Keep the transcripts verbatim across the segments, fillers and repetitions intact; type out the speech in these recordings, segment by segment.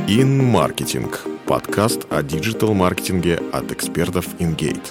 InMarketing – подкаст о диджитал-маркетинге от экспертов InGate.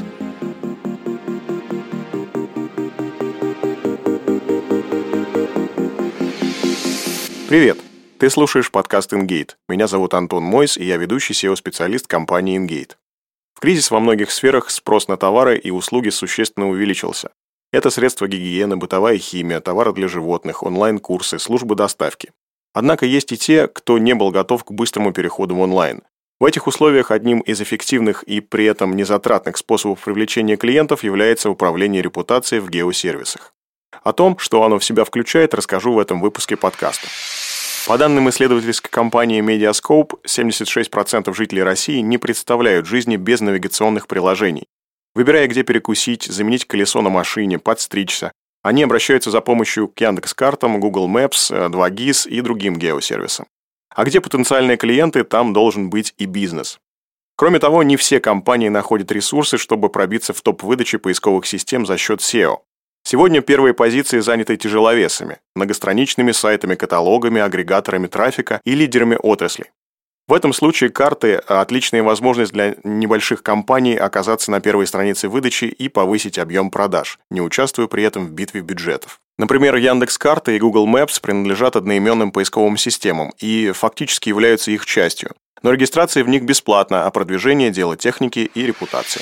Привет! Ты слушаешь подкаст InGate. Меня зовут Антон Мойс, и я ведущий сео-специалист компании InGate. В кризис во многих сферах спрос на товары и услуги существенно увеличился. Это средства гигиены, бытовая химия, товары для животных, онлайн-курсы, службы доставки. Однако есть и те, кто не был готов к быстрому переходу в онлайн. В этих условиях одним из эффективных и при этом незатратных способов привлечения клиентов является управление репутацией в геосервисах. О том, что оно в себя включает, расскажу в этом выпуске подкаста. По данным исследовательской компании Mediascope, семьдесят шесть процентов жителей России не представляют жизни без навигационных приложений. Выбирая, где перекусить, заменить колесо на машине, подстричься, они обращаются за помощью к Яндекс.Картам, Google Maps, два гис и другим геосервисам. А где потенциальные клиенты, там должен быть и бизнес. Кроме того, не все компании находят ресурсы, чтобы пробиться в топ выдачи поисковых систем за счет сео. Сегодня первые позиции заняты тяжеловесами, многостраничными сайтами, каталогами, агрегаторами трафика и лидерами отрасли. В этом случае карты – отличная возможность для небольших компаний оказаться на первой странице выдачи и повысить объем продаж, не участвуя при этом в битве бюджетов. Например, Яндекс.Карты и Google Maps принадлежат одноименным поисковым системам и фактически являются их частью. Но регистрация в них бесплатна, а продвижение – дело техники и репутации.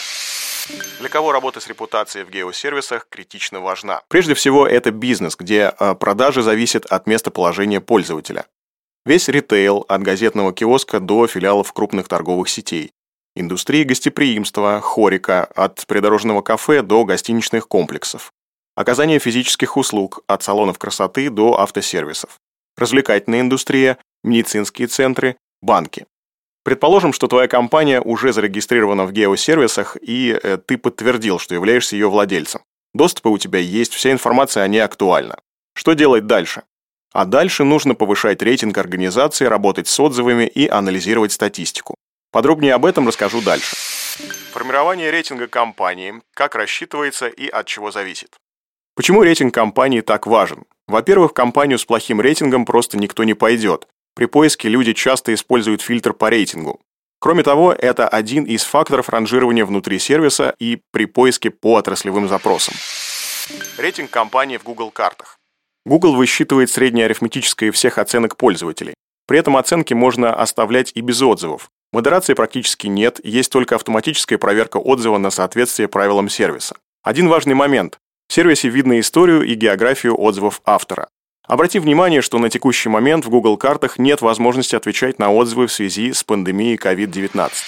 Для кого работа с репутацией в геосервисах критично важна? Прежде всего, это бизнес, где продажи зависят от местоположения пользователя. Весь ритейл, от газетного киоска до филиалов крупных торговых сетей. Индустрия гостеприимства, хорика, от придорожного кафе до гостиничных комплексов. Оказание физических услуг, от салонов красоты до автосервисов. Развлекательная индустрия, медицинские центры, банки. Предположим, что твоя компания уже зарегистрирована в геосервисах, и э, ты подтвердил, что являешься ее владельцем. Доступы у тебя есть, вся информация о ней актуальна. Что делать дальше? А дальше нужно повышать рейтинг организации, работать с отзывами и анализировать статистику. Подробнее об этом расскажу дальше. Формирование рейтинга компании, как рассчитывается и от чего зависит. Почему рейтинг компании так важен? Во-первых, в компанию с плохим рейтингом просто никто не пойдет. При поиске люди часто используют фильтр по рейтингу. Кроме того, это один из факторов ранжирования внутри сервиса и при поиске по отраслевым запросам. Рейтинг компании в Google картах. Google высчитывает среднее арифметическое всех оценок пользователей. При этом оценки можно оставлять и без отзывов. Модерации практически нет, есть только автоматическая проверка отзыва на соответствие правилам сервиса. Один важный момент. В сервисе видно историю и географию отзывов автора. Обрати внимание, что на текущий момент в Google картах нет возможности отвечать на отзывы в связи с пандемией ковид девятнадцать.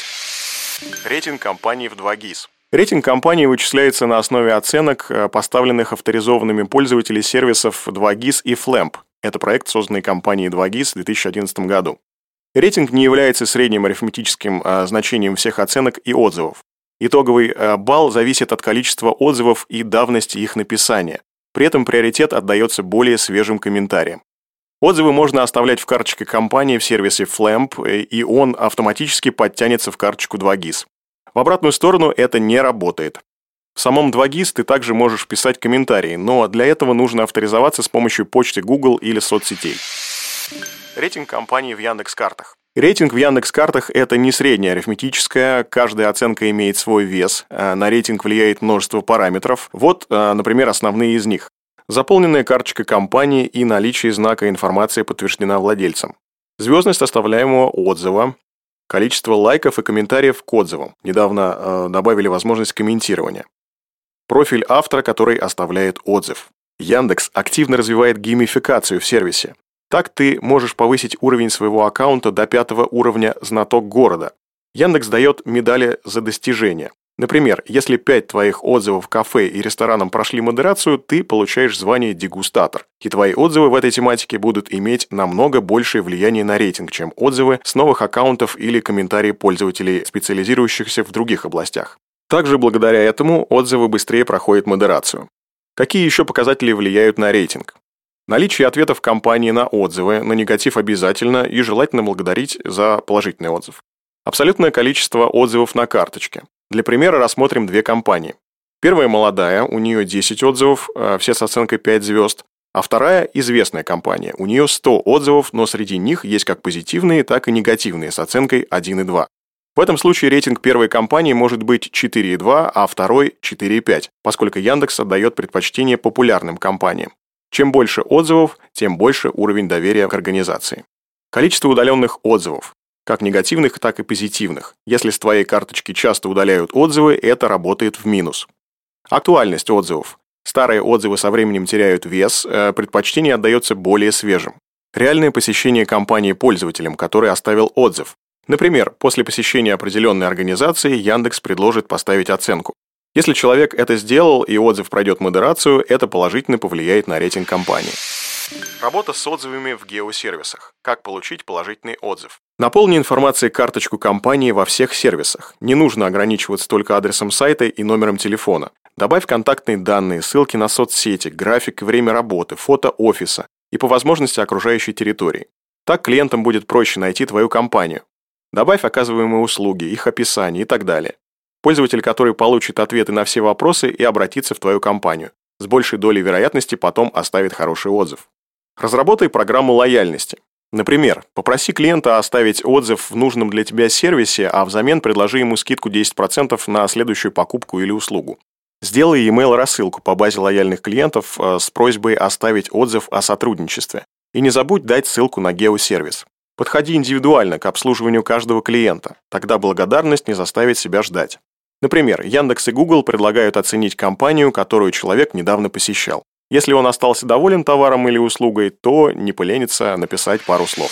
Рейтинг компании в два гис. Рейтинг компании вычисляется на основе оценок, поставленных авторизованными пользователями сервисов два гис и Flamp. Это проект, созданный компанией два гис в две тысячи одиннадцатом году. Рейтинг не является средним арифметическим а, значением всех оценок и отзывов. Итоговый а, балл зависит от количества отзывов и давности их написания. При этом приоритет отдается более свежим комментариям. Отзывы можно оставлять в карточке компании в сервисе Flamp, и он автоматически подтянется в карточку два гис. В обратную сторону это не работает. В самом два гис ты также можешь писать комментарии, но для этого нужно авторизоваться с помощью почты Google или соцсетей. Рейтинг компании в Яндекс.Картах. Рейтинг в Яндекс.Картах – это не средняя арифметическая, каждая оценка имеет свой вес, на рейтинг влияет множество параметров. Вот, например, основные из них. Заполненная карточка компании и наличие знака информации подтверждена владельцем. Звездность оставляемого отзыва. Количество лайков и комментариев к отзывам. Недавно э, добавили возможность комментирования. Профиль автора, который оставляет отзыв. Яндекс активно развивает геймификацию в сервисе. Так ты можешь повысить уровень своего аккаунта до пятого уровня «Знаток города». Яндекс дает медали за достижения. Например, если пять твоих отзывов в кафе и ресторанам прошли модерацию, ты получаешь звание «Дегустатор». И твои отзывы в этой тематике будут иметь намного большее влияние на рейтинг, чем отзывы с новых аккаунтов или комментарии пользователей, специализирующихся в других областях. Также благодаря этому отзывы быстрее проходят модерацию. Какие еще показатели влияют на рейтинг? Наличие ответов компании на отзывы, на негатив обязательно и желательно благодарить за положительный отзыв. Абсолютное количество отзывов на карточке. Для примера рассмотрим две компании. Первая молодая, у нее десять отзывов, все с оценкой пять звезд. А вторая – известная компания. У нее сто отзывов, но среди них есть как позитивные, так и негативные с оценкой один и два. В этом случае рейтинг первой компании может быть четыре и два, а второй – четыре и пять, поскольку Яндекс отдает предпочтение популярным компаниям. Чем больше отзывов, тем больше уровень доверия к организации. Количество удаленных отзывов, как негативных, так и позитивных. Если с твоей карточки часто удаляют отзывы, это работает в минус. Актуальность отзывов. Старые отзывы со временем теряют вес, предпочтение отдается более свежим. Реальное посещение компании пользователем, который оставил отзыв. Например, после посещения определенной организации Яндекс предложит поставить оценку. Если человек это сделал и отзыв пройдет модерацию, это положительно повлияет на рейтинг компании. Работа с отзывами в геосервисах. Как получить положительный отзыв? Наполни информацией карточку компании во всех сервисах. Не нужно ограничиваться только адресом сайта и номером телефона. Добавь контактные данные, ссылки на соцсети, график и время работы, фото офиса и по возможности окружающей территории. Так клиентам будет проще найти твою компанию. Добавь оказываемые услуги, их описание и так далее. Пользователь, который получит ответы на все вопросы и обратится в твою компанию, с большей долей вероятности потом оставит хороший отзыв. Разработай программу лояльности. Например, попроси клиента оставить отзыв в нужном для тебя сервисе, а взамен предложи ему скидку десять процентов на следующую покупку или услугу. Сделай e-mail-рассылку по базе лояльных клиентов с просьбой оставить отзыв о сотрудничестве. И не забудь дать ссылку на геосервис. Подходи индивидуально к обслуживанию каждого клиента, тогда благодарность не заставит себя ждать. Например, Яндекс и Google предлагают оценить компанию, которую человек недавно посещал. Если он остался доволен товаром или услугой, то не поленится написать пару слов.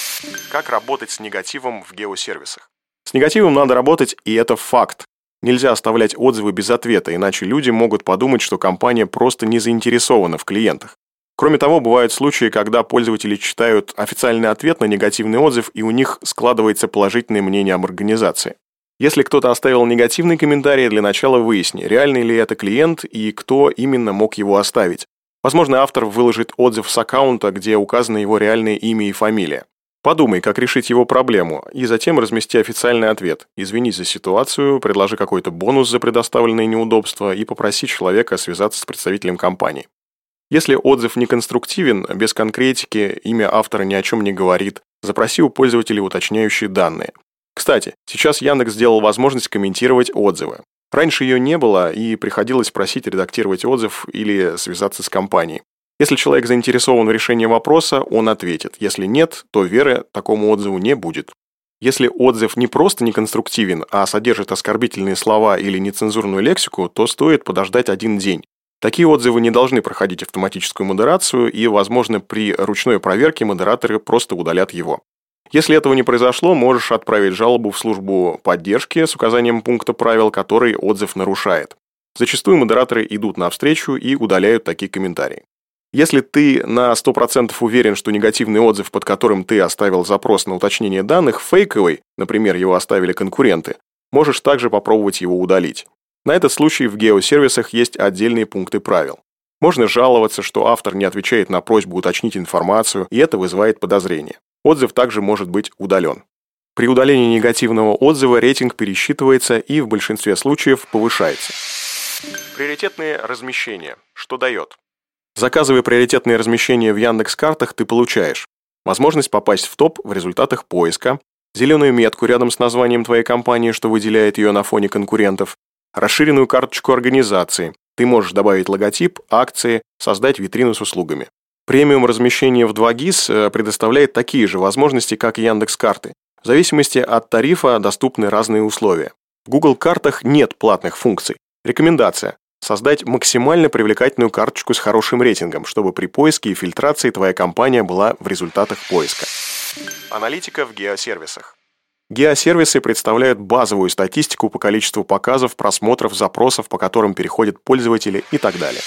Как работать с негативом в геосервисах? С негативом надо работать, и это факт. Нельзя оставлять отзывы без ответа, иначе люди могут подумать, что компания просто не заинтересована в клиентах. Кроме того, бывают случаи, когда пользователи читают официальный ответ на негативный отзыв, и у них складывается положительное мнение об организации. Если кто-то оставил негативный комментарий, для начала выясни, реальный ли это клиент и кто именно мог его оставить. Возможно, автор выложит отзыв с аккаунта, где указано его реальное имя и фамилия. Подумай, как решить его проблему, и затем размести официальный ответ. Извинись за ситуацию, предложи какой-то бонус за предоставленные неудобства и попроси человека связаться с представителем компании. Если отзыв неконструктивен, без конкретики, имя автора ни о чем не говорит, запроси у пользователя уточняющие данные. Кстати, сейчас Яндекс сделал возможность комментировать отзывы. Раньше ее не было, и приходилось просить редактировать отзыв или связаться с компанией. Если человек заинтересован в решении вопроса, он ответит. Если нет, то веры такому отзыву не будет. Если отзыв не просто неконструктивен, а содержит оскорбительные слова или нецензурную лексику, то стоит подождать один день. Такие отзывы не должны проходить автоматическую модерацию, и, возможно, при ручной проверке модераторы просто удалят его. Если этого не произошло, можешь отправить жалобу в службу поддержки с указанием пункта правил, который отзыв нарушает. Зачастую модераторы идут навстречу и удаляют такие комментарии. Если ты на сто процентов уверен, что негативный отзыв, под которым ты оставил запрос на уточнение данных, фейковый, например, его оставили конкуренты, можешь также попробовать его удалить. На этот случай в геосервисах есть отдельные пункты правил. Можно жаловаться, что автор не отвечает на просьбу уточнить информацию, и это вызывает подозрение. Отзыв также может быть удален. При удалении негативного отзыва рейтинг пересчитывается и в большинстве случаев повышается. Приоритетные размещения. Что дает? Заказывая приоритетные размещения в Яндекс.Картах, ты получаешь возможность попасть в топ в результатах поиска, зеленую метку рядом с названием твоей компании, что выделяет ее на фоне конкурентов, расширенную карточку организации. Ты можешь добавить логотип, акции, создать витрину с услугами. Премиум размещение в два гис предоставляет такие же возможности, как и Яндекс.Карты. В зависимости от тарифа доступны разные условия. В Google картах нет платных функций. Рекомендация. Создать максимально привлекательную карточку с хорошим рейтингом, чтобы при поиске и фильтрации твоя компания была в результатах поиска. Аналитика в геосервисах. Геосервисы представляют базовую статистику по количеству показов, просмотров, запросов, по которым переходят пользователи и так далее.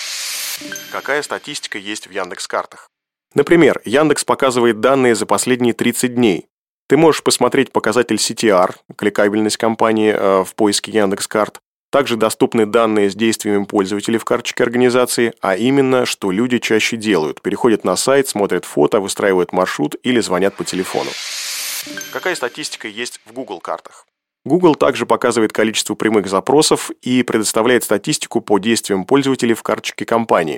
Какая статистика есть в Яндекс.Картах? Например, Яндекс показывает данные за последние тридцать дней. Ты можешь посмотреть показатель си ти ар, кликабельность компании э, в поиске Яндекс.Карт. Также доступны данные с действиями пользователей в карточке организации, а именно, что люди чаще делают. Переходят на сайт, смотрят фото, выстраивают маршрут или звонят по телефону. Какая статистика есть в Google картах? Google также показывает количество прямых запросов и предоставляет статистику по действиям пользователей в карточке компании.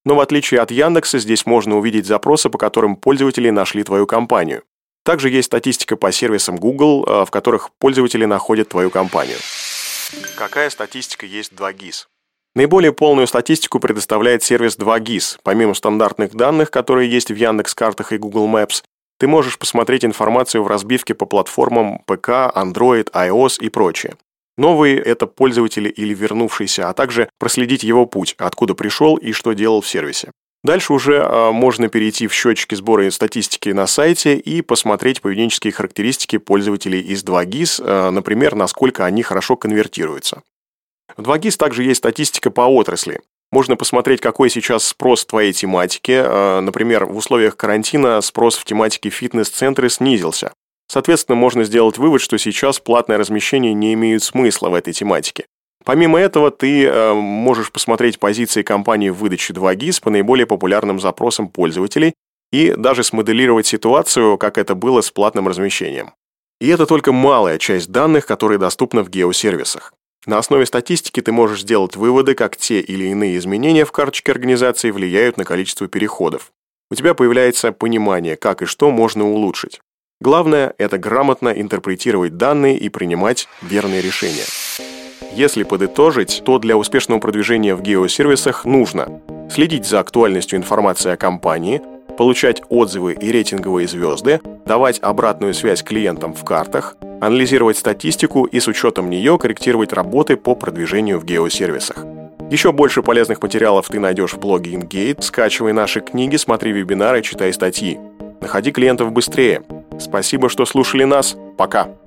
Но в отличие от Яндекса, здесь можно увидеть запросы, по которым пользователи нашли твою компанию. Также есть статистика по сервисам Google, в которых пользователи находят твою компанию. Какая статистика есть в два гис? Наиболее полную статистику предоставляет сервис два гис. Помимо стандартных данных, которые есть в Яндекс.Картах и Google Maps, ты можешь посмотреть информацию в разбивке по платформам пэ ка, Android, iOS и прочее. Новые – это пользователи или вернувшиеся, а также проследить его путь, откуда пришел и что делал в сервисе. Дальше уже э, можно перейти в счетчики сбора статистики на сайте и посмотреть поведенческие характеристики пользователей из два гис, э, например, насколько они хорошо конвертируются. В два гис также есть статистика по отрасли. Можно посмотреть, какой сейчас спрос в твоей тематике. Э, например, в условиях карантина спрос в тематике фитнес-центры снизился. Соответственно, можно сделать вывод, что сейчас платное размещение не имеет смысла в этой тематике. Помимо этого, ты э, можешь посмотреть позиции компании в выдаче два гис по наиболее популярным запросам пользователей и даже смоделировать ситуацию, как это было с платным размещением. И это только малая часть данных, которые доступны в геосервисах. На основе статистики ты можешь сделать выводы, как те или иные изменения в карточке организации влияют на количество переходов. У тебя появляется понимание, как и что можно улучшить. Главное – это грамотно интерпретировать данные и принимать верные решения. Если подытожить, то для успешного продвижения в геосервисах нужно следить за актуальностью информации о компании, получать отзывы и рейтинговые звезды, давать обратную связь клиентам в картах, анализировать статистику и с учетом нее корректировать работы по продвижению в геосервисах. Еще больше полезных материалов ты найдешь в блоге InGate, скачивай наши книги, смотри вебинары, читай статьи. Находи клиентов быстрее. Спасибо, что слушали нас. Пока!